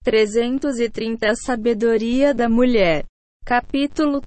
330 A sabedoria da mulher. Capítulo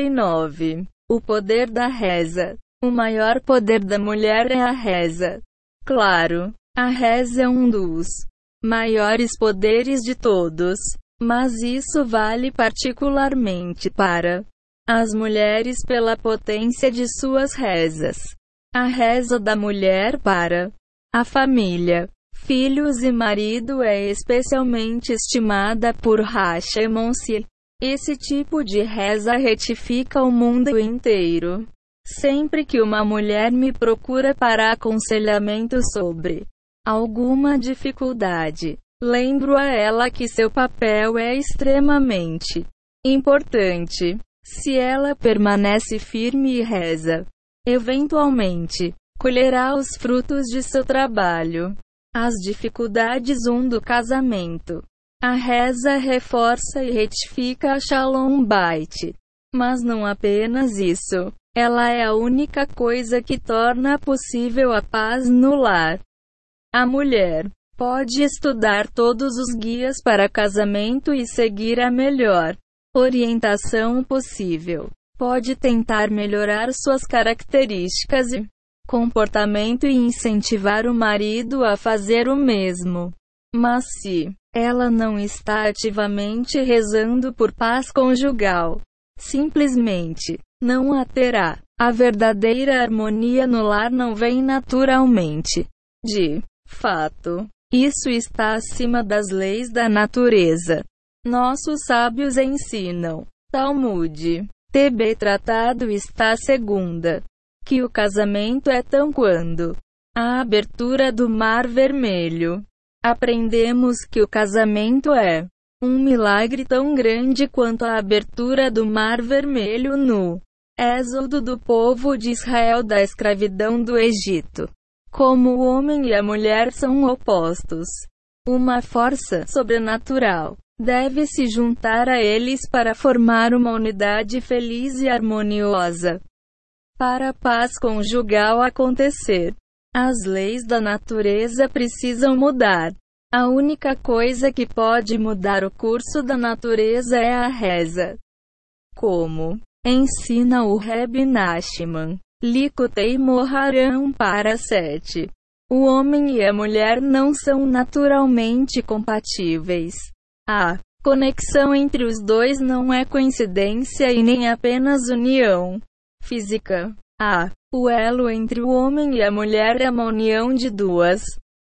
39. O poder da reza. O maior poder da mulher é a reza. Claro, a reza é um dos maiores poderes de todos, mas isso vale particularmente para as mulheres pela potência de suas rezas. A reza da mulher para a família, filhos e marido é especialmente estimada por Hashemon-se. Esse tipo de reza retifica o mundo inteiro. Sempre que uma mulher me procura para aconselhamento sobre alguma dificuldade, lembro a ela que seu papel é extremamente importante. Se ela permanece firme e reza, eventualmente colherá os frutos de seu trabalho. As dificuldades do casamento. A reza reforça e retifica a Shalom Bait. Mas não apenas isso. Ela é a única coisa que torna possível a paz no lar. A mulher pode estudar todos os guias para casamento e seguir a melhor orientação possível. Pode tentar melhorar suas características e comportamento e incentivar o marido a fazer o mesmo. Mas se ela não está ativamente rezando por paz conjugal, simplesmente não a terá. A verdadeira harmonia no lar não vem naturalmente. De fato, isso está acima das leis da natureza. Nossos sábios ensinam. Talmud. TB Tratado está segunda. Que o casamento é tão quando a abertura do Mar Vermelho. Aprendemos que o casamento é um milagre tão grande quanto a abertura do Mar Vermelho no êxodo do povo de Israel da escravidão do Egito. Como o homem e a mulher são opostos, uma força sobrenatural deve se juntar a eles para formar uma unidade feliz e harmoniosa. Para a paz conjugal acontecer, as leis da natureza precisam mudar. A única coisa que pode mudar o curso da natureza é a reza. Como ensina o Rebbe Nachman, Likutei Moharan para 7. O homem e a mulher não são naturalmente compatíveis. A conexão entre os dois não é coincidência e nem apenas união física. O elo entre o homem e a mulher é uma união de duas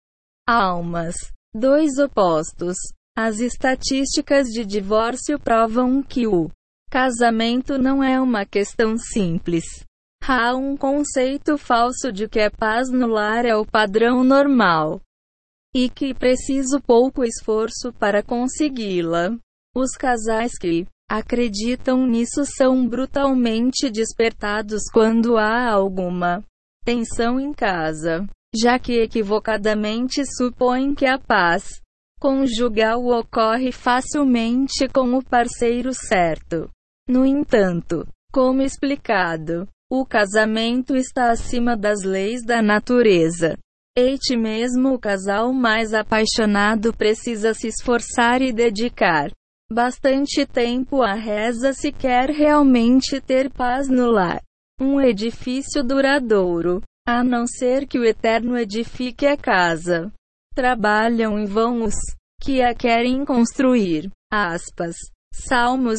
almas, dois opostos. As estatísticas de divórcio provam que o casamento não é uma questão simples. Há um conceito falso de que a paz no lar é o padrão normal e que preciso pouco esforço para consegui-la. Os casais que acreditam nisso são brutalmente despertados quando há alguma tensão em casa, já que equivocadamente supõem que a paz conjugal ocorre facilmente com o parceiro certo. No entanto, como explicado, o casamento está acima das leis da natureza. Este mesmo o casal mais apaixonado precisa se esforçar e dedicar bastante tempo à reza se quer realmente ter paz no lar. Um edifício duradouro, a não ser que o Eterno edifique a casa. Trabalham em vão os que a querem construir. Aspas. Salmos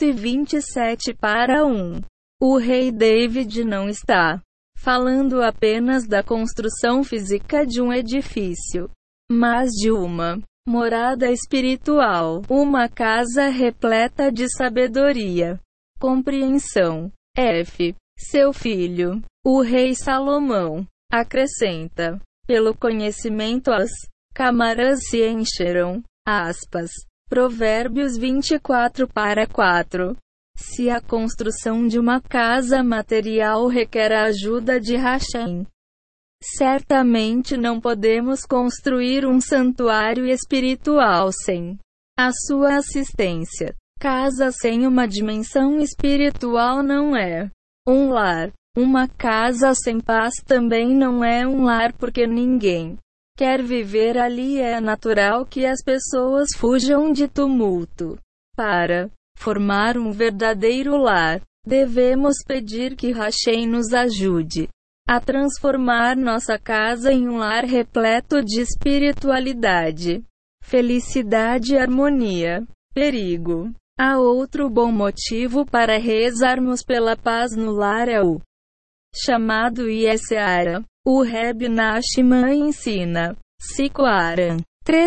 127 para 1. O rei David não está falando apenas da construção física de um edifício, mas de uma morada espiritual, uma casa repleta de sabedoria, compreensão. Seu filho, o rei Salomão, acrescenta, pelo conhecimento as câmaras se encherão. Aspas. Provérbios 24 para 4. Se a construção de uma casa material requer a ajuda de Hashem, certamente não podemos construir um santuário espiritual sem a sua assistência. Casa sem uma dimensão espiritual não é um lar. Uma casa sem paz também não é um lar porque ninguém quer viver ali, é natural que as pessoas fujam de tumulto. Para formar um verdadeiro lar, devemos pedir que Hashem nos ajude a transformar nossa casa em um lar repleto de espiritualidade, felicidade e harmonia. Perigo. Há outro bom motivo para rezarmos pela paz no lar, é o chamado Yesseara. O Reb Nachman ensina, Sicoaran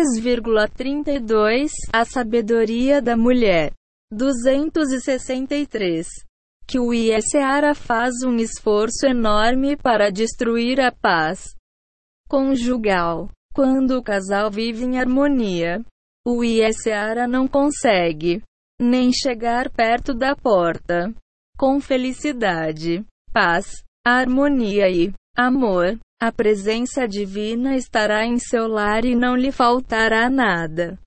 3,32, A Sabedoria da Mulher, 263, que o Yesseara faz um esforço enorme para destruir a paz conjugal. Quando o casal vive em harmonia, o Yesseara não consegue nem chegar perto da porta. Com felicidade, paz, harmonia e amor, a presença divina estará em seu lar e não lhe faltará nada.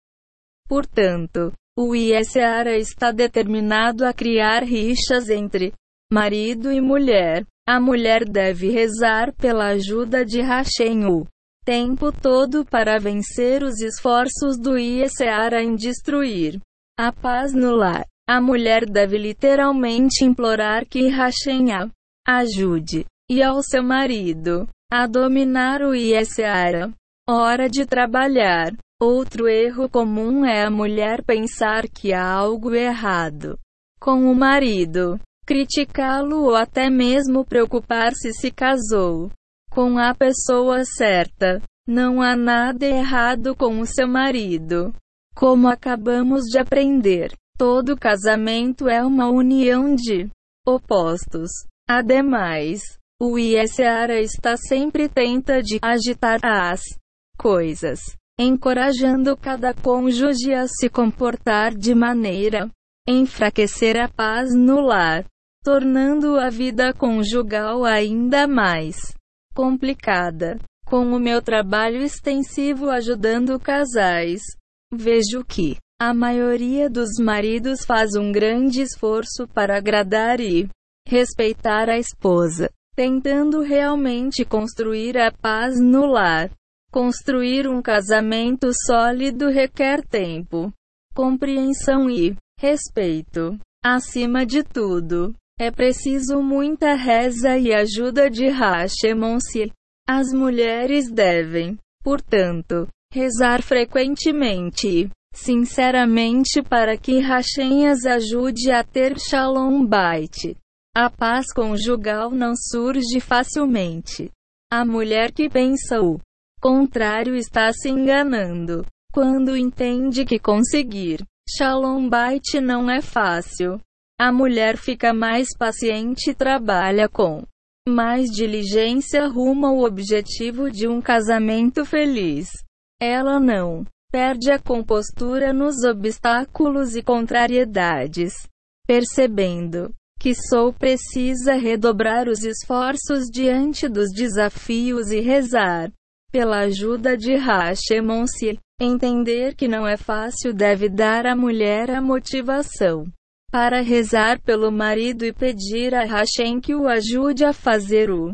Portanto, o Yesseara está determinado a criar rixas entre marido e mulher. A mulher deve rezar pela ajuda de Hashem o tempo todo para vencer os esforços do Yesseara em destruir a paz no lar. A mulher deve literalmente implorar que Hashem a ajude, e ao seu marido, a dominar o Yesseara. Hora de trabalhar. Outro erro comum é a mulher pensar que há algo errado com o marido, criticá-lo ou até mesmo preocupar-se se casou com a pessoa certa. Não há nada errado com o seu marido. Como acabamos de aprender, todo casamento é uma união de opostos. Ademais, o Yesseara está sempre tenta de agitar as coisas, encorajando cada cônjuge a se comportar de maneira a enfraquecer a paz no lar, tornando a vida conjugal ainda mais complicada. Com o meu trabalho extensivo ajudando casais, vejo que a maioria dos maridos faz um grande esforço para agradar e respeitar a esposa, tentando realmente construir a paz no lar. Construir um casamento sólido requer tempo, compreensão e respeito. Acima de tudo, é preciso muita reza e ajuda de Hashem. As mulheres devem, portanto, rezar frequentemente e sinceramente para que Hashem as ajude a ter Shalom Bait. A paz conjugal não surge facilmente. A mulher que pensa o contrário está se enganando quando entende que conseguir Shalom Bait não é fácil. A mulher fica mais paciente e trabalha com mais diligência rumo ao objetivo de um casamento feliz. Ela não perde a compostura nos obstáculos e contrariedades, percebendo que só precisa redobrar os esforços diante dos desafios e rezar pela ajuda de Hashem. Entender que não é fácil deve dar à mulher a motivação para rezar pelo marido e pedir a Hashem que o ajude a fazer o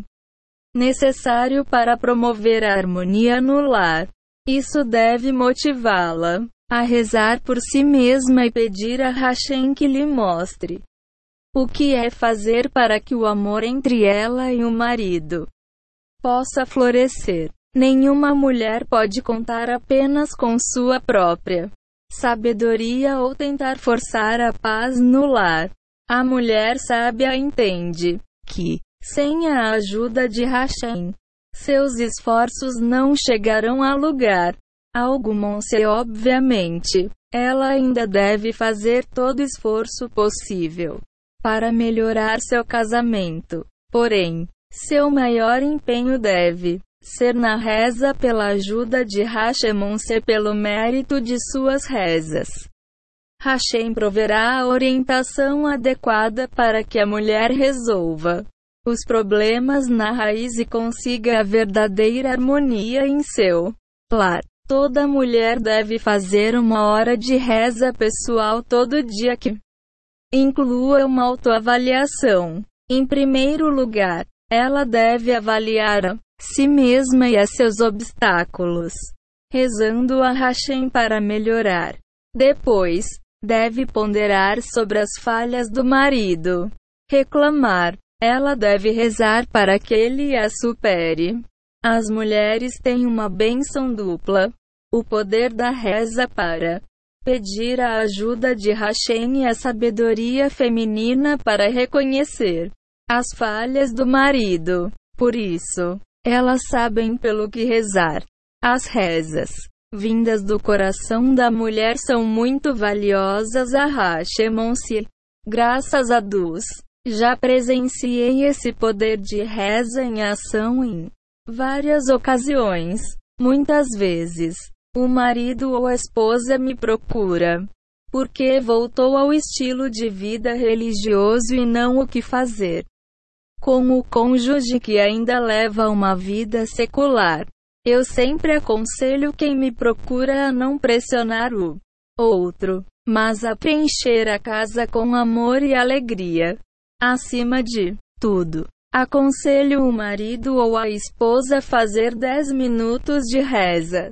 necessário para promover a harmonia no lar. Isso deve motivá-la a rezar por si mesma e pedir a Hashem que lhe mostre o que é fazer para que o amor entre ela e o marido possa florescer. Nenhuma mulher pode contar apenas com sua própria sabedoria ou tentar forçar a paz no lar. A mulher sábia entende que, sem a ajuda de Hashem, seus esforços não chegarão a lugar algum. Obviamente, ela ainda deve fazer todo esforço possível para melhorar seu casamento. Porém, seu maior empenho deve ser na reza pela ajuda de Hashem, pelo mérito de suas rezas. Hashem proverá a orientação adequada para que a mulher resolva os problemas na raiz e consiga a verdadeira harmonia em seu lar. Toda mulher deve fazer uma hora de reza pessoal todo dia que inclua uma autoavaliação. Em primeiro lugar, ela deve avaliar a si mesma e a seus obstáculos, rezando a Hashem para melhorar. Depois, deve ponderar sobre as falhas do marido. Reclamar. Ela deve rezar para que ele a supere. As mulheres têm uma bênção dupla. O poder da reza para pedir a ajuda de Hashem e a sabedoria feminina para reconhecer as falhas do marido. Por isso, elas sabem pelo que rezar. As rezas vindas do coração da mulher são muito valiosas a Hashem. Graças a Deus, já presenciei esse poder de reza em ação em várias ocasiões. Muitas vezes, o marido ou a esposa me procura porque voltou ao estilo de vida religioso e não o que fazer com o cônjuge que ainda leva uma vida secular. Eu sempre aconselho quem me procura a não pressionar o outro, mas a preencher a casa com amor e alegria. Acima de tudo, aconselho o marido ou a esposa a fazer 10 minutos de reza.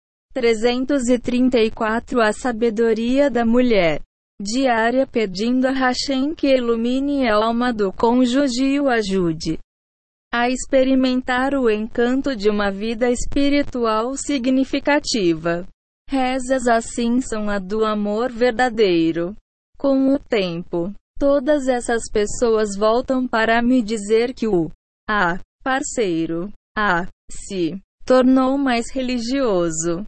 334 A sabedoria da mulher diária, pedindo a Hashem que ilumine a alma do cônjuge e o ajude a experimentar o encanto de uma vida espiritual significativa. Rezas assim são a do amor verdadeiro. Com o tempo, todas essas pessoas voltam para me dizer que o parceiro se tornou mais religioso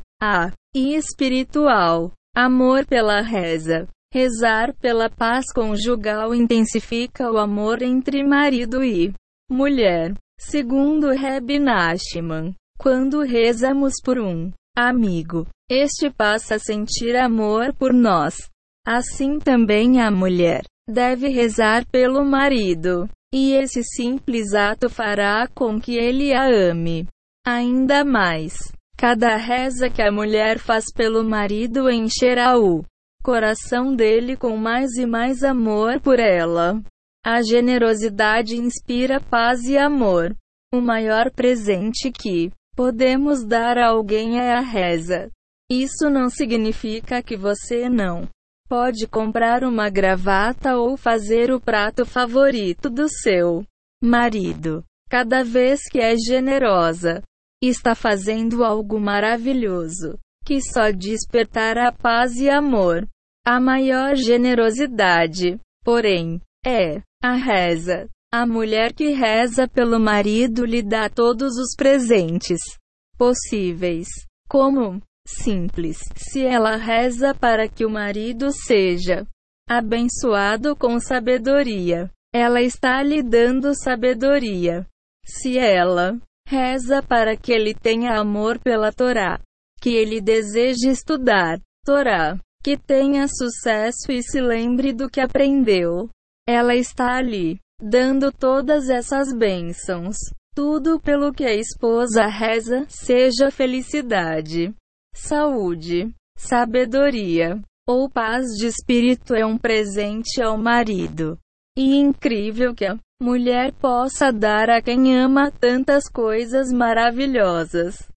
e espiritual. Amor pela reza. Rezar pela paz conjugal intensifica o amor entre marido e mulher. Segundo Reb Nachman, quando rezamos por um amigo, este passa a sentir amor por nós. Assim também a mulher deve rezar pelo marido, e esse simples ato fará com que ele a ame ainda mais. Cada reza que a mulher faz pelo marido encherá o coração dele com mais e mais amor por ela. A generosidade inspira paz e amor. O maior presente que podemos dar a alguém é a reza. Isso não significa que você não pode comprar uma gravata ou fazer o prato favorito do seu marido. Cada vez que é generosa, está fazendo algo maravilhoso, que só despertará paz e amor. A maior generosidade, porém, é a reza. A mulher que reza pelo marido lhe dá todos os presentes possíveis. Como simples. Se ela reza para que o marido seja abençoado com sabedoria, ela está lhe dando sabedoria. Se ela reza para que ele tenha amor pela Torá, que ele deseje estudar Torá, que tenha sucesso e se lembre do que aprendeu, ela está ali dando todas essas bênçãos. Tudo pelo que a esposa reza, seja felicidade, saúde, sabedoria ou paz de espírito, é um presente ao marido. E incrível que a mulher possa dar a quem ama tantas coisas maravilhosas.